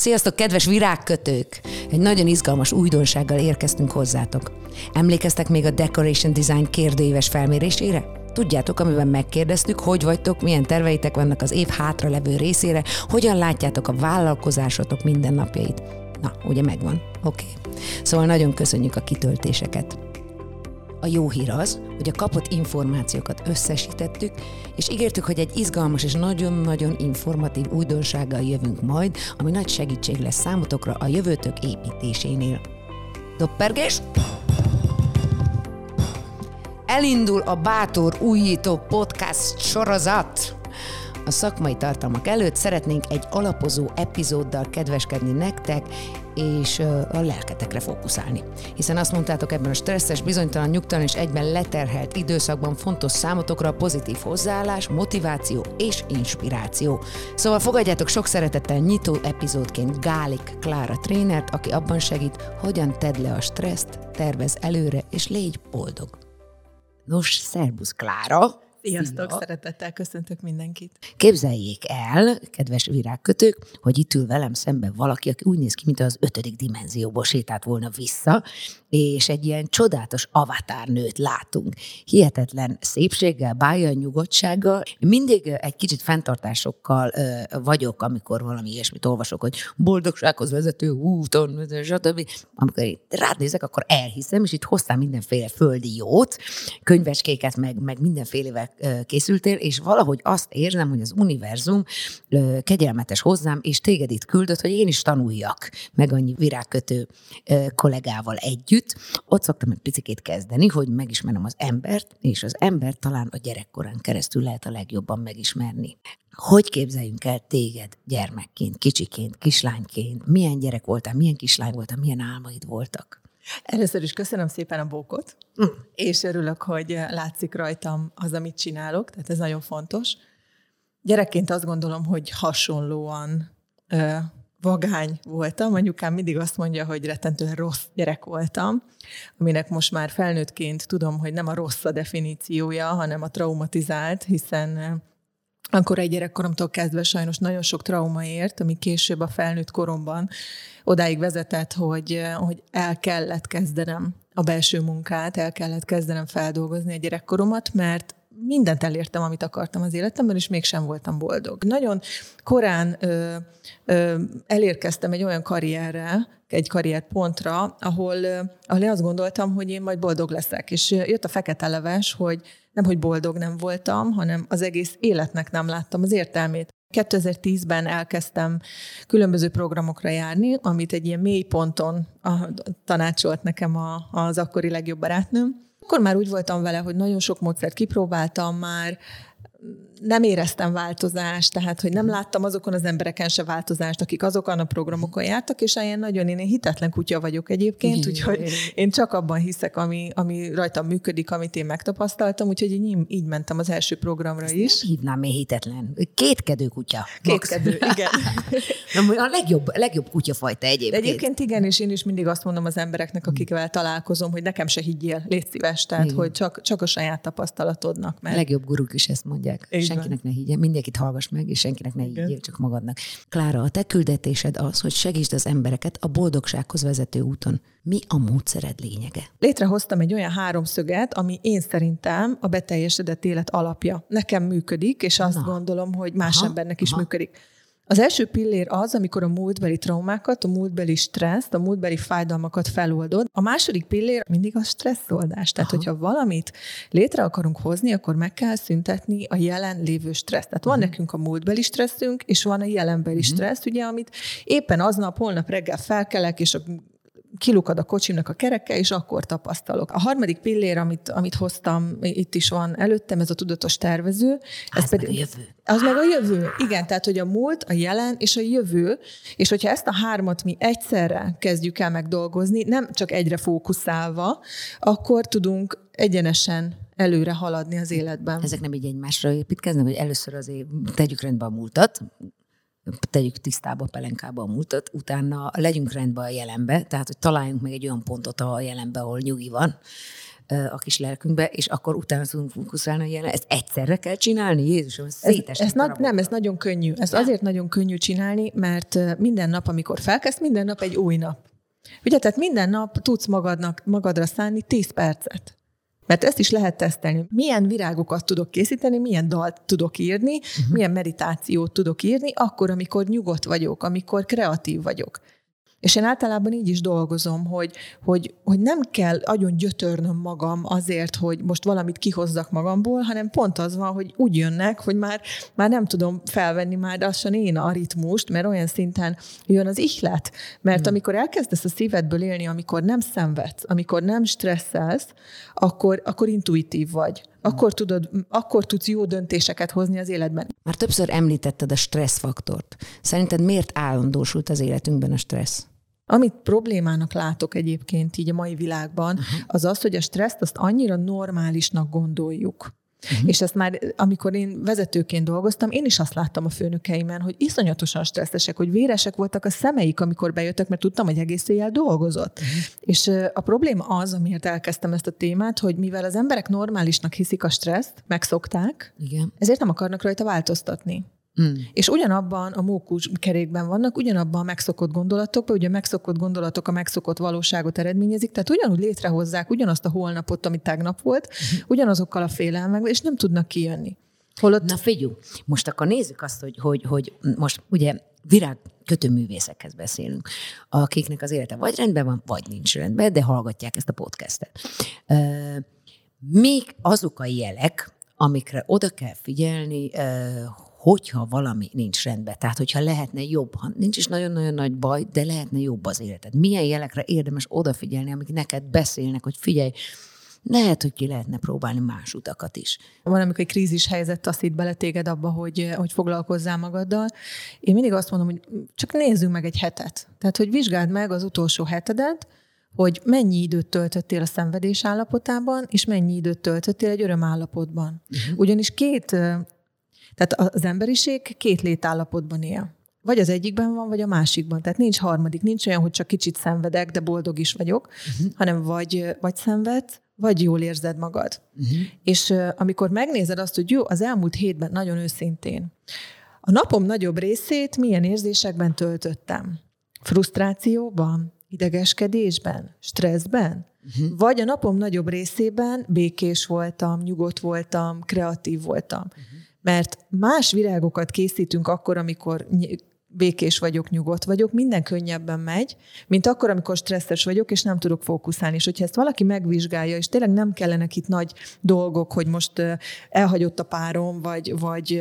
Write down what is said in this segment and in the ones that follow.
Sziasztok, kedves virágkötők! Egy nagyon izgalmas újdonsággal érkeztünk hozzátok. Emlékeztek még a Decoration Design kérdőíves felmérésére? Tudjátok, amiben megkérdeztük, hogy vagytok, milyen terveitek vannak az év hátralevő részére, hogyan látjátok a vállalkozásotok mindennapjait. Na, ugye megvan? Oké. Szóval nagyon köszönjük a kitöltéseket. A jó hír az, hogy a kapott információkat összesítettük, és ígértük, hogy egy izgalmas és nagyon-nagyon informatív újdonsággal jövünk majd, ami nagy segítség lesz számotokra a jövőtök építésénél. Doppergés! Elindul a Bátor Újító Podcast sorozat! A szakmai tartalmak előtt szeretnénk egy alapozó epizóddal kedveskedni nektek, és a lelketekre fókuszálni. Hiszen azt mondtátok, ebben a stresszes, bizonytalan, nyugtalan és egyben leterhelt időszakban fontos számotokra a pozitív hozzáállás, motiváció és inspiráció. Szóval fogadjátok sok szeretettel nyitó epizódként Gálik Klára trénert, aki abban segít, hogyan tedd le a stresszt, tervez előre és légy boldog. Nos, szervusz Klára! Sziasztok, szeretettel köszöntök mindenkit. Képzeljék el, kedves virágkötők, hogy itt ül velem szemben valaki, aki úgy néz ki, mint az 5. dimenzióból sétált volna vissza, és egy ilyen csodálatos avatárnőt látunk. Hihetetlen szépséggel, bájjal, nyugodtsággal. Mindig egy kicsit fenntartásokkal vagyok, amikor valami ilyesmit olvasok, hogy boldogsághoz vezető úton, stb. Amikor én rád nézek, akkor elhiszem, és itt hoztál mindenféle földi jót, könyvecskéket, meg mindenfélevel készültél, és valahogy azt érzem, hogy az univerzum kegyelmetes hozzám, és téged itt küldött, hogy én is tanuljak meg annyi virágkötő kollégával együtt. Ott szoktam egy picikét kezdeni, hogy megismerem az embert, és az embert talán a gyerekkorán keresztül lehet a legjobban megismerni. Hogy képzeljünk el téged gyermekként, kicsiként, kislányként? Milyen gyerek voltál, milyen kislány voltál, milyen álmaid voltak? Először is köszönöm szépen a bókot, és örülök, hogy látszik rajtam az, amit csinálok, tehát ez nagyon fontos. Gyerekként azt gondolom, hogy hasonlóan vagány voltam. Anyukám mindig azt mondja, hogy rettentően rossz gyerek voltam, aminek most már felnőttként tudom, hogy nem a rossz a definíciója, hanem a traumatizált, hiszen akkor egy gyerekkoromtól kezdve sajnos nagyon sok trauma ért, ami később a felnőtt koromban odáig vezetett, hogy el kellett kezdenem a belső munkát, el kellett kezdenem feldolgozni a gyerekkoromat, mert mindent elértem, amit akartam az életemben, és mégsem voltam boldog. Nagyon korán elérkeztem egy olyan karrierre, egy karrierpontra, ahol azt gondoltam, hogy én majd boldog leszek. És jött a fekete leves, hogy nem, hogy boldog nem voltam, hanem az egész életnek nem láttam az értelmét. 2010-ben elkezdtem különböző programokra járni, amit egy ilyen mély ponton tanácsolt nekem az akkori legjobb barátnőm. Akkor már úgy voltam vele, hogy nagyon sok módszert kipróbáltam már, nem éreztem változást, tehát, hogy nem láttam azokon az embereken se változást, akik azokon a programokon jártak, és én hitetlen kutya vagyok egyébként, úgyhogy én csak abban hiszek, ami rajtam működik, amit én megtapasztaltam, úgyhogy így mentem az első programra is. Ezt nem hívnám még hitetlen. Kétkedő kutya. Kétkedő, igen. A legjobb kutyafajta egyébként. De egyébként igen, és én is mindig azt mondom az embereknek, akikvel találkozom, hogy nekem se higgyél, légy szíves, tehát, hogy csak a saját tapasztalatodnak. Mert... A legjobb guruk is ezt mondják. Senkinek ne higgyen, mindenkit hallgass meg, és senkinek ne higgyél, csak magadnak. Klára, a te küldetésed az, hogy segítsd az embereket a boldogsághoz vezető úton. Mi a módszered lényege? Létrehoztam egy olyan háromszöget, ami én szerintem a beteljesedett élet alapja. Nekem működik, és azt gondolom, hogy más embernek is működik. Az első pillér az, amikor a múltbeli traumákat, a múltbeli stresszt, a múltbeli fájdalmakat feloldod. A második pillér mindig a stresszoldás. Tehát, hogyha valamit létre akarunk hozni, akkor meg kell szüntetni a jelen lévő stresszt. Tehát van nekünk a múltbeli stresszünk, és van a jelenbeli stressz, ugye, amit éppen aznap, holnap reggel felkelek, és kilukad a kocsimnak a kereke, és akkor tapasztalok. A harmadik pillér, amit hoztam, itt is van előttem, ez a tudatos tervező. Ez pedig a jövő. Az meg a jövő. Igen, tehát, hogy a múlt, a jelen és a jövő, és hogyha ezt a hármat mi egyszerre kezdjük el megdolgozni, nem csak egyre fókuszálva, akkor tudunk egyenesen előre haladni az életben. Ezek nem így egymásra építkeznek, hogy először azért tegyük rendbe a múltat, tegyük tisztába, pelenkába a múltat, utána legyünk rendben a jelenbe, tehát hogy találjunk meg egy olyan pontot a jelenbe, ahol nyugi van a kis lelkünkbe, és akkor utána tudunk fókuszálni a jelen. Ezt egyszerre kell csinálni? Jézusom, ez nagyon könnyű. Ez azért nagyon könnyű csinálni, mert minden nap, amikor felkezd, minden nap egy új nap. Ugye, tehát minden nap tudsz magadra szánni 10 percet. Mert ezt is lehet tesztelni. Milyen virágokat tudok készíteni, milyen dalt tudok írni, milyen meditációt tudok írni, akkor, amikor nyugodt vagyok, amikor kreatív vagyok. És én általában így is dolgozom, hogy nem kell agyon gyötörnöm magam azért, hogy most valamit kihozzak magamból, hanem pont az van, hogy úgy jönnek, hogy már nem tudom felvenni már lassan én a ritmust, mert olyan szinten jön az ihlet. Mert amikor elkezdesz a szívedből élni, amikor nem szenvedsz, amikor nem stresszelsz, akkor intuitív vagy. Akkor tudsz jó döntéseket hozni az életben. Már többször említetted a stresszfaktort. Szerinted miért állandósult az életünkben a stressz? Amit problémának látok egyébként így a mai világban, az, hogy a stresszt azt annyira normálisnak gondoljuk. És ezt már, amikor én vezetőként dolgoztam, én is azt láttam a főnökeimen, hogy iszonyatosan stresszesek, hogy véresek voltak a szemeik, amikor bejöttek, mert tudtam, hogy egész éjjel dolgozott. És a probléma az, amiért elkezdtem ezt a témát, hogy mivel az emberek normálisnak hiszik a stresszt, megszokták, igen, ezért nem akarnak rajta változtatni. És ugyanabban a mókus kerékben vannak, ugyanabban a megszokott gondolatokban, ugye a megszokott gondolatok a megszokott valóságot eredményezik, tehát ugyanúgy létrehozzák ugyanazt a holnapot, ami tegnap volt, ugyanazokkal a félelmekben, és nem tudnak kijönni. Na figyelj, most akkor nézzük azt, hogy most ugye virágkötőművészekhez beszélünk, akiknek az élete vagy rendben van, vagy nincs rendben, de hallgatják ezt a podcastet. Még azok a jelek, amikre oda kell figyelni, hogyha valami nincs rendben. Tehát, hogyha lehetne jobb, ha nincs is nagyon-nagyon nagy baj, de lehetne jobb az életed. Milyen jelekre érdemes odafigyelni, amik neked beszélnek, hogy figyelj, lehet, hogy ki lehetne próbálni más utakat is. Van, amikor egy krízis helyzet taszít bele téged abba, hogy foglalkozzál magaddal. Én mindig azt mondom, hogy csak nézzünk meg egy hetet. Tehát, hogy vizsgáld meg az utolsó hetedet, hogy mennyi időt töltöttél a szenvedés állapotában, és mennyi időt töltöttél egy öröm állapotban. Ugyanis tehát az emberiség 2 létállapotban él. Vagy az egyikben van, vagy a másikban. Tehát nincs harmadik. Nincs olyan, hogy csak kicsit szenvedek, de boldog is vagyok, hanem vagy szenvedsz, vagy jól érzed magad. És amikor megnézed azt, hogy jó, az elmúlt hétben nagyon őszintén, a napom nagyobb részét milyen érzésekben töltöttem? Frusztrációban? Idegeskedésben? Stresszben? Vagy a napom nagyobb részében békés voltam, nyugodt voltam, kreatív voltam. Mert más virágokat készítünk akkor, amikor békés vagyok, nyugodt vagyok, minden könnyebben megy, mint akkor, amikor stresszes vagyok, és nem tudok fókuszálni. És hogyha ezt valaki megvizsgálja, és tényleg nem kellenek itt nagy dolgok, hogy most elhagyott a párom, vagy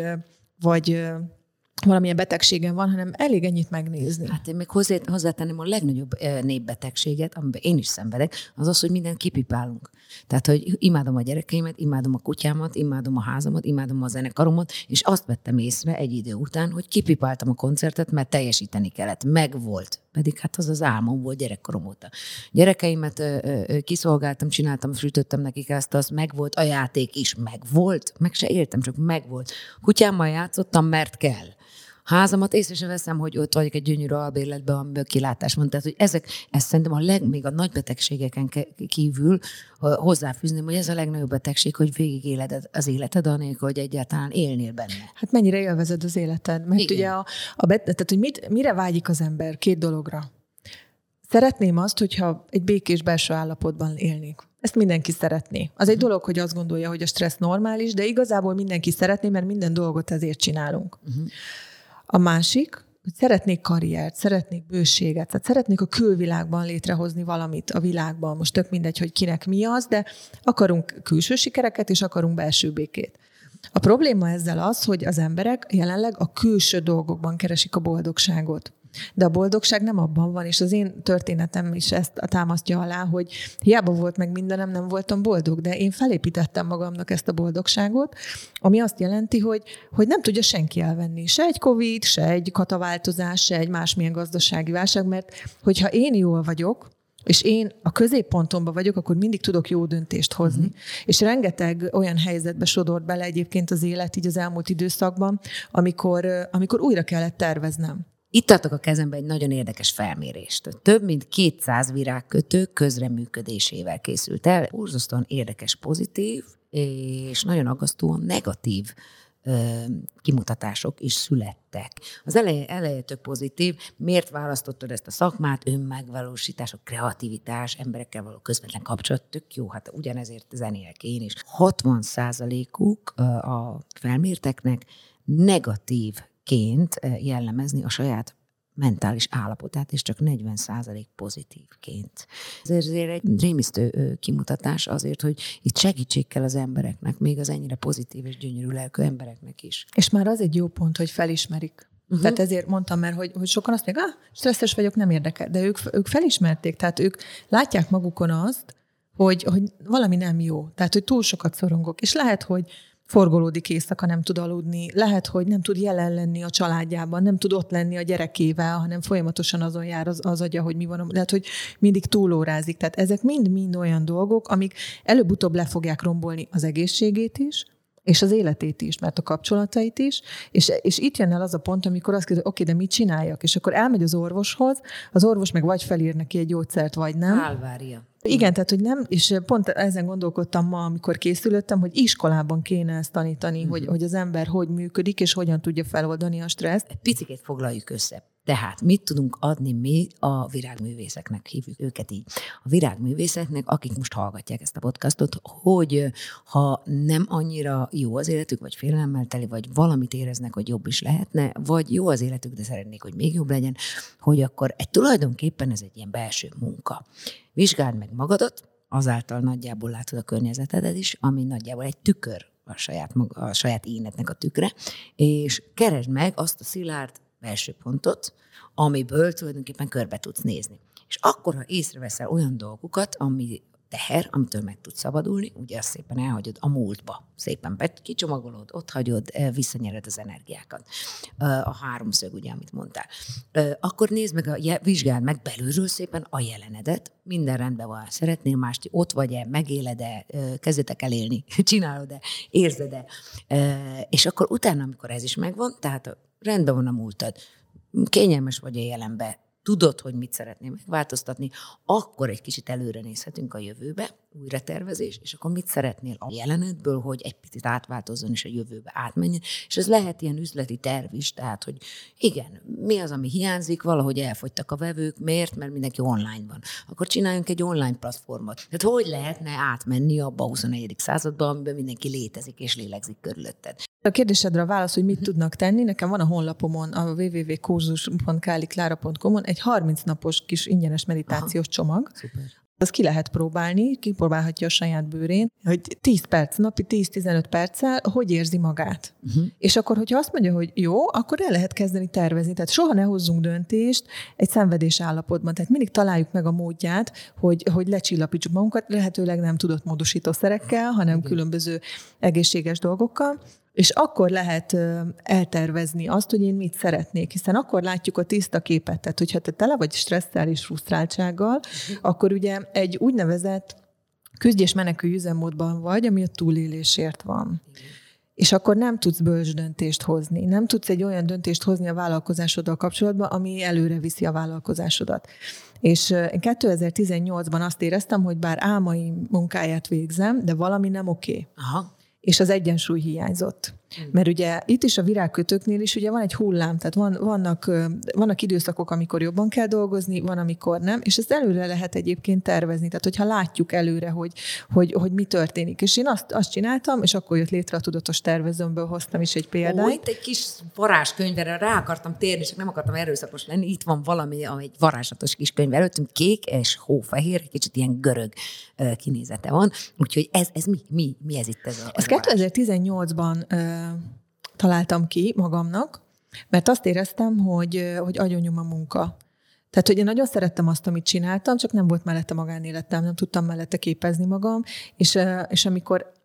valamilyen betegségem van, hanem elég ennyit megnézni. Hát én még hozzátenném a legnagyobb népbetegséget, amiben én is szenvedek, az, hogy mindent kipipálunk. Tehát, hogy imádom a gyerekeimet, imádom a kutyámat, imádom a házamat, imádom a zenekaromat, és azt vettem észre egy idő után, hogy kipipáltam a koncertet, mert teljesíteni kellett. Megvolt. Pedig hát az álmom volt gyerekkorom óta. Gyerekeimet kiszolgáltam, csináltam, sütöttem nekik azt, megvolt, a játék is megvolt, meg se éltem, csak megvolt. Kutyámmal játszottam, mert kell. Házamat észre sem veszem, hogy ott vagyok egy gyönyörű albérletben, amiből kilátás van. Tehát, hogy ez szerintem még a nagy betegségeken kívül hozzáfűzném, hogy ez a legnagyobb betegség, hogy végigéled az életed, anélkül, hogy egyáltalán élnél benne. Hát mennyire élvezed az életed? Mert igen. Ugye tehát, hogy mire vágyik az ember? 2 dologra. Szeretném azt, hogyha egy békés belső állapotban élnék. Ezt mindenki szeretné. Az egy dolog, hogy azt gondolja, hogy a stressz normális, de igazából mindenki szeretné, mert minden dolgot ezért csinálunk. A másik, hogy szeretnék karriert, szeretnék bőséget, tehát szeretnék a külvilágban létrehozni valamit a világban. Most tök mindegy, hogy kinek mi az, de akarunk külső sikereket, és akarunk belső békét. A probléma ezzel az, hogy az emberek jelenleg a külső dolgokban keresik a boldogságot. De a boldogság nem abban van, és az én történetem is ezt támasztja alá, hogy hiába volt meg mindenem, nem voltam boldog, de én felépítettem magamnak ezt a boldogságot, ami azt jelenti, hogy nem tudja senki elvenni. Se egy Covid, se egy kataváltozás, se egy másmilyen gazdasági válság, mert hogyha én jól vagyok, és én a középpontomban vagyok, akkor mindig tudok jó döntést hozni. És rengeteg olyan helyzetbe sodort bele egyébként az élet így az elmúlt időszakban, amikor újra kellett terveznem. Itt tartok a kezemben egy nagyon érdekes felmérést. Több mint 200 virágkötő közreműködésével készült el. Borzasztóan érdekes, pozitív és nagyon aggasztóan negatív kimutatások is születtek. Az eleje tök pozitív. Miért választottad ezt a szakmát? Önmegvalósítás, kreativitás, emberekkel való közvetlen kapcsolat, tök jó, hát ugyanezért zenélek én is. 60%-uk a felmérteknek negatívként jellemezni a saját mentális állapotát, és csak 40% pozitívként. Ezért egy rémisztő kimutatás azért, hogy itt segítség kell az embereknek, még az ennyire pozitív és gyönyörű lelkű embereknek is. És már az egy jó pont, hogy felismerik. Tehát ezért mondtam, mert hogy sokan azt mondják, stresszes vagyok, nem érdekel, de ők felismerték, tehát ők látják magukon azt, hogy valami nem jó, tehát hogy túl sokat szorongok, és lehet, hogy forgolódik éjszaka, nem tud aludni, lehet, hogy nem tud jelen lenni a családjában, nem tud ott lenni a gyerekével, hanem folyamatosan azon jár az agya, hogy mi van, lehet, hogy mindig túlórázik. Tehát ezek mind-mind olyan dolgok, amik előbb-utóbb le fogják rombolni az egészségét is, és az életét is, mert a kapcsolatait is, és itt jön el az a pont, amikor azt kérdezi, oké, de mit csináljak? És akkor elmegy az orvoshoz, az orvos meg vagy felír neki egy gyógyszert, vagy nem. Álvárja. Igen, tehát, hogy nem, és pont ezen gondolkodtam ma, amikor készülöttem, hogy iskolában kéne ezt tanítani, hogy az ember hogy működik, és hogyan tudja feloldani a stresszt. Egy picit foglaljuk össze. Tehát mit tudunk adni mi a virágművészeknek, hívjuk őket így. A virágművészeknek, akik most hallgatják ezt a podcastot, hogy ha nem annyira jó az életük, vagy félelemmel teli, vagy valamit éreznek, hogy jobb is lehetne, vagy jó az életük, de szeretnék, hogy még jobb legyen, hogy akkor tulajdonképpen ez egy ilyen belső munka. Vizsgáld meg magadat, azáltal nagyjából látod a környezetedet is, ami nagyjából egy tükör a saját énednek a tükre, és keresd meg azt a szilárd belső pontot, amiből tulajdonképpen körbe tudsz nézni. És akkor, ha észreveszel olyan dolgokat, ami teher, amitől meg tudsz szabadulni, ugye azt szépen elhagyod a múltba. Szépen kicsomagolod, ott hagyod, visszanyered az energiákat. A háromszög, ugye, amit mondtál. Akkor nézd meg, vizsgáld meg belülről szépen a jelenedet, minden rendben van, szeretnél mást, ott vagy-e, megéled-e, kezdetek el élni, csinálod-e, érzed-e. És akkor utána, amikor ez is megvan, tehát rendben van a múltad, kényelmes vagy a jelenben, tudod, hogy mit szeretnél megváltoztatni, akkor egy kicsit előre nézhetünk a jövőbe, újra tervezés, és akkor mit szeretnél a jelenetből, hogy egy picit átváltozzon és a jövőbe átmenjen, és ez lehet ilyen üzleti terv is, tehát, hogy igen, mi az, ami hiányzik, valahogy elfogytak a vevők, miért? Mert mindenki online van. Akkor csináljunk egy online platformot. Tehát hogy lehetne átmenni abba a 21. századba, amiben mindenki létezik és lélegzik körülötted? A kérdésedre a válasz, hogy mit tudnak tenni, nekem van a honlapomon, a www.kurzus.kálitlára.com-on egy 30 napos kis ingyenes meditációs csomag. Szuper. Azt ki lehet próbálni, kipróbálhatja a saját bőrén, hogy 10 perc, napi 10-15 perccel, hogy érzi magát. És akkor, hogyha azt mondja, hogy jó, akkor el lehet kezdeni tervezni. Tehát soha ne hozzunk döntést egy szenvedés állapotban. Tehát mindig találjuk meg a módját, hogy lecsillapítsuk magunkat, lehetőleg nem tudott módosítószerekkel, hanem különböző egészséges dolgokkal. És akkor lehet eltervezni azt, hogy én mit szeretnék, hiszen akkor látjuk a tiszta képet. Tehát, hogyha te tele vagy stresszel és frusztráltsággal, akkor ugye egy úgynevezett küzdj és menekülj üzemmódban vagy, ami a túlélésért van. És akkor nem tudsz bölcs döntést hozni. Nem tudsz egy olyan döntést hozni a vállalkozásoddal kapcsolatban, ami előre viszi a vállalkozásodat. És én 2018-ban azt éreztem, hogy bár álmaim munkáját végzem, de valami nem oké. Aha. És az egyensúly hiányzott. Mert ugye itt is a virágkötőknél is ugye van egy hullám, tehát vannak időszakok, amikor jobban kell dolgozni, van, amikor nem, és ezt előre lehet egyébként tervezni, tehát hogyha látjuk előre, hogy mi történik. És én azt csináltam, és akkor jött létre a tudatos tervezőmből, hoztam is egy példányt. Itt egy kis varázskönyvre rá akartam térni, csak nem akartam erőszakos lenni. Itt van valami, egy varázslatos kis könyv előttünk, kék és hófehér, egy kicsit ilyen görög kinézete van. Úgyhogy ez mi ez itt? Ezt 2018-ban találtam ki magamnak, mert azt éreztem, hogy agyonnyom a munka. Tehát, hogy én nagyon szerettem azt, amit csináltam, csak nem volt mellette magánéletem, nem tudtam mellette képezni magam, és amikor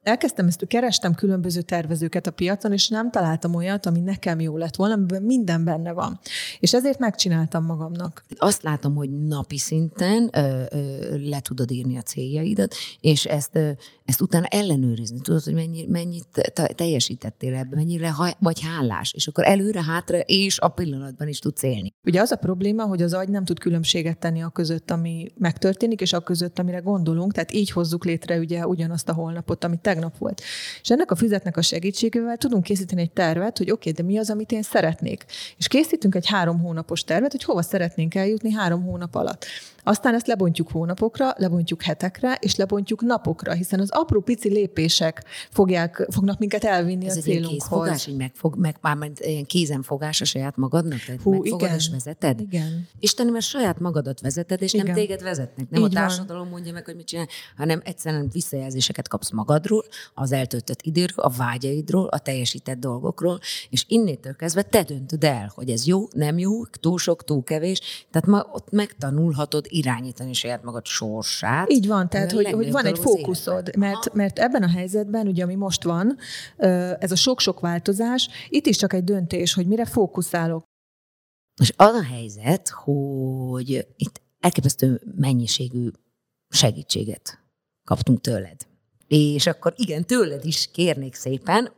elkezdtem kerestem különböző tervezőket a piacon, és nem találtam olyat, ami nekem jó lett volna, amiben minden benne van. És ezért megcsináltam magamnak. Azt látom, hogy napi szinten le tudod írni a céljaidat, és ezt utána ellenőrizni. Tudod, hogy mennyit teljesítettél ebben, mennyire vagy hálás, és akkor előre, hátra, és a pillanatban is tudsz élni. Ugye az a probléma, hogy az agy nem tud különbséget tenni a között, ami megtörténik, és a között, amire gondolunk, tehát így hozzuk létre ugye ugyanazt a holnapot, ami tegnap volt. És ennek a füzetnek a segítségével tudunk készíteni egy tervet, hogy oké, de mi az, amit én szeretnék. És készítünk egy 3 hónapos tervet, hogy hova szeretnénk eljutni 3 hónap alatt. Aztán ezt lebontjuk hónapokra, lebontjuk hetekre, és lebontjuk napokra, hiszen az apró pici lépések fognak minket elvinni ez a célunkhoz. Ez egy kézfogás, már ilyen kézenfogás a saját magadnak? Tehát megfogad és vezeted? Igen. Istenem, mert saját magadat vezeted, és nem téged vezetnek. Nem így a társadalom mondja meg, hogy mit csinál, hanem egyszerűen visszajelzéseket kapsz magadról, az eltöltött időről, a vágyaidról, a teljesített dolgokról, és innétől kezdve te döntöd el, hogy ez jó, nem jó, túl sok, túl kevés. Tehát ma ott megtanulhatod irányítani saját magad sorsát. Így van, tehát hogy van egy fókuszod, mert ebben a helyzetben, ugye ami most van, ez a sok-sok változás, itt is csak egy döntés, hogy mire fókuszálok. És az a helyzet, hogy itt elképesztő mennyiségű segítséget kaptunk tőled. És akkor igen, tőled is kérnék szépen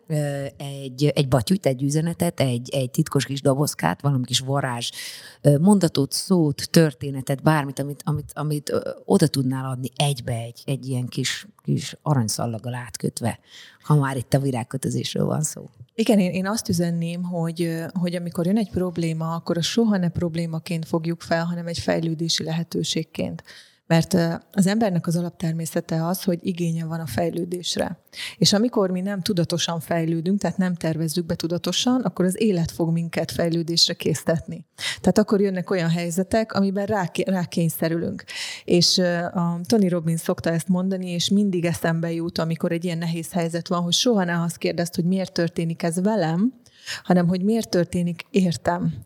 egy batyút, egy üzenetet, egy titkos kis dobozkát, valami kis varázs mondatot, szót, történetet, bármit, amit oda tudnál adni egybe egy ilyen kis aranyszallaggal átkötve, ha már itt a virágkötözésről van szó. Igen, én azt üzenném, hogy amikor jön egy probléma, akkor azt soha ne problémaként fogjuk fel, hanem egy fejlődési lehetőségként. Mert az embernek az alaptermészete az, hogy igénye van a fejlődésre. És amikor mi nem tudatosan fejlődünk, tehát nem tervezzük be tudatosan, akkor az élet fog minket fejlődésre késztetni. Tehát akkor jönnek olyan helyzetek, amiben rákényszerülünk. És a Tony Robbins szokta ezt mondani, és mindig eszembe jut, amikor egy ilyen nehéz helyzet van, hogy soha ne azt kérdezd, hogy miért történik ez velem, hanem hogy miért történik értem.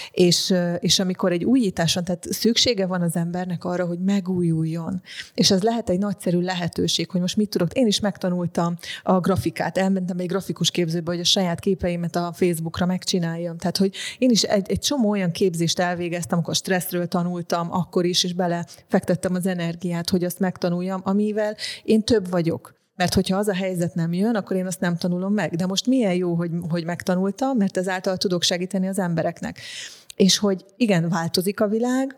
És amikor egy újításon, tehát szüksége van az embernek arra, hogy megújuljon. És ez lehet egy nagyszerű lehetőség, hogy most mit tudok. Én is megtanultam a grafikát, elmentem egy grafikus képzőbe, hogy a saját képeimet a Facebookra megcsináljam. Tehát, hogy én is egy csomó olyan képzést elvégeztem, akkor stresszről tanultam akkor is, és belefektettem az energiát, hogy azt megtanuljam, amivel én több vagyok. Mert hogyha az a helyzet nem jön, akkor én azt nem tanulom meg. De most milyen jó, hogy megtanultam, mert ezáltal tudok segíteni az embereknek. És hogy igen, változik a világ,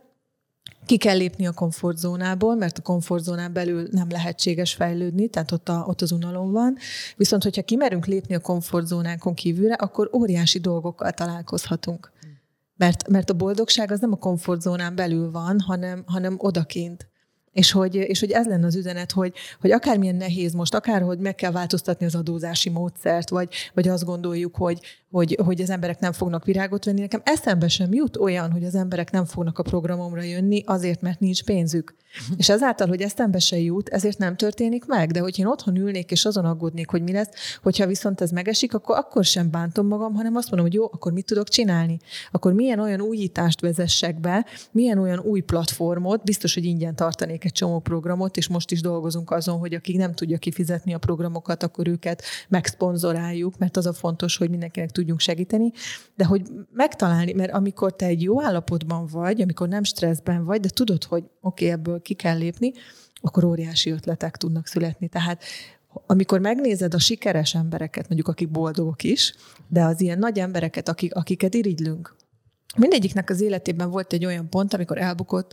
ki kell lépni a komfortzónából, mert a komfortzónán belül nem lehetséges fejlődni, tehát ott az unalom van. Viszont, hogyha kimerünk lépni a komfortzónánkon kívülre, akkor óriási dolgokkal találkozhatunk. Mert a boldogság az nem a komfortzónán belül van, hanem odakint. És hogy ez lenne az üzenet, hogy akármilyen nehéz most, akárhogy meg kell változtatni az adózási módszert, vagy azt gondoljuk, hogy az emberek nem fognak virágot venni. Nekem eszembe sem jut olyan, hogy az emberek nem fognak a programomra jönni azért, mert nincs pénzük. És ezáltal, hogy eszembe se jut, ezért nem történik meg. De hogy én otthon ülnék, és azon aggódnék, hogy mi lesz, hogyha viszont ez megesik, akkor sem bántom magam, hanem azt mondom, hogy jó, akkor mit tudok csinálni? Akkor milyen olyan újítást vezessek be, milyen olyan új platformot, biztos, hogy ingyen tartanék egy csomó programot, és most is dolgozunk azon, hogy akik nem tudja kifizetni a programokat, akkor őket megszponzoráljuk, mert az a fontos, hogy mindenkinek tudjunk segíteni, de hogy megtalálni, mert amikor te egy jó állapotban vagy, amikor nem stresszben vagy, de tudod, hogy oké, ebből ki kell lépni, akkor óriási ötletek tudnak születni. Tehát amikor megnézed a sikeres embereket, mondjuk akik boldogok is, de az ilyen nagy embereket, akiket irigylünk, mindegyiknek az életében volt egy olyan pont, amikor elbukott,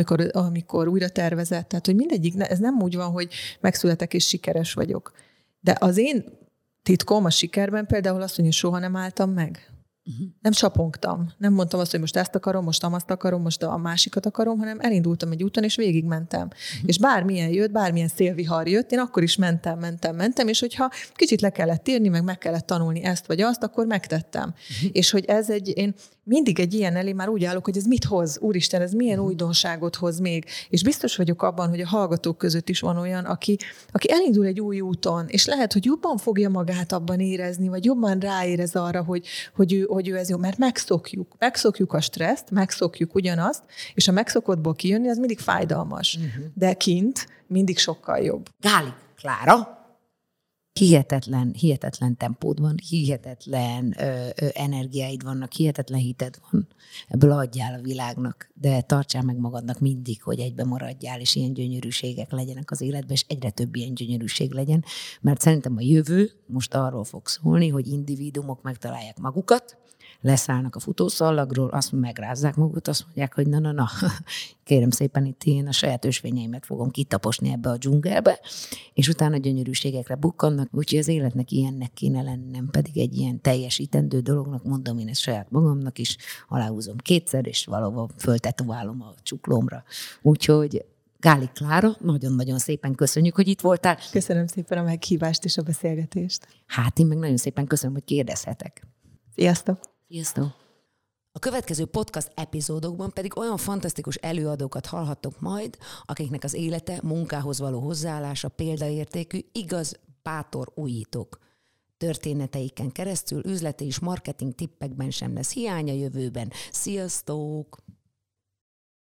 amikor újra tervezett. Tehát, hogy mindegyik, ez nem úgy van, hogy megszületek és sikeres vagyok. De az én titkom a sikerben például azt mondja, hogy soha nem álltam meg. Nem csapongtam. Nem mondtam azt, hogy most ezt akarom, most azt akarom, most a másikat akarom, hanem elindultam egy úton, és végigmentem. És bármilyen jött, bármilyen szélvihar jött, én akkor is mentem, és hogyha kicsit le kellett írni, meg kellett tanulni ezt vagy azt, akkor megtettem. És hogy én mindig egy ilyen elé már úgy állok, hogy ez mit hoz, úristen, ez milyen újdonságot hoz még. És biztos vagyok abban, hogy a hallgatók között is van olyan, aki elindul egy új úton, és lehet, hogy jobban fogja magát abban érezni, vagy jobban ráérez arra, hogy ő ez jó, mert megszokjuk a stresszt, megszokjuk ugyanazt, és a megszokottból kijönni, az mindig fájdalmas. De kint mindig sokkal jobb. Gálik Klára hihetetlen tempód van, hihetetlen energiáid vannak, hihetetlen hited van. Ebből adjál a világnak, de tartsál meg magadnak mindig, hogy egybe maradjál, és ilyen gyönyörűségek legyenek az életben, és egyre több ilyen gyönyörűség legyen, mert szerintem a jövő most arról fog szólni, hogy individuumok megtalálják magukat, leszállnak a futószallagról, azt megrázzák magukat, azt mondják, hogy na, kérem szépen, itt én a saját ösvényeimet fogom kitaposni ebbe a dzsungelbe, és utána gyönyörűségekre bukkannak, úgyhogy az életnek ilyennek kéne lenni, nem pedig egy ilyen teljesítendő dolognak, mondom én ezt saját magamnak is, aláhúzom kétszer, és valahol föltetoválom a csuklómra. Úgyhogy Gálik Klára, nagyon-nagyon szépen köszönjük, hogy itt voltál. Köszönöm szépen a meghívást és a beszélgetést. Hát én meg nagyon szépen köszönöm, hogy kérdezhetek. Sziasztok! Sziasztok! A következő podcast epizódokban pedig olyan fantasztikus előadókat hallhattok majd, akiknek az élete, munkához való hozzáállása példaértékű, igaz, bátor újítók. Történeteiken keresztül üzleti és marketing tippekben sem lesz hiány a jövőben. Sziasztok!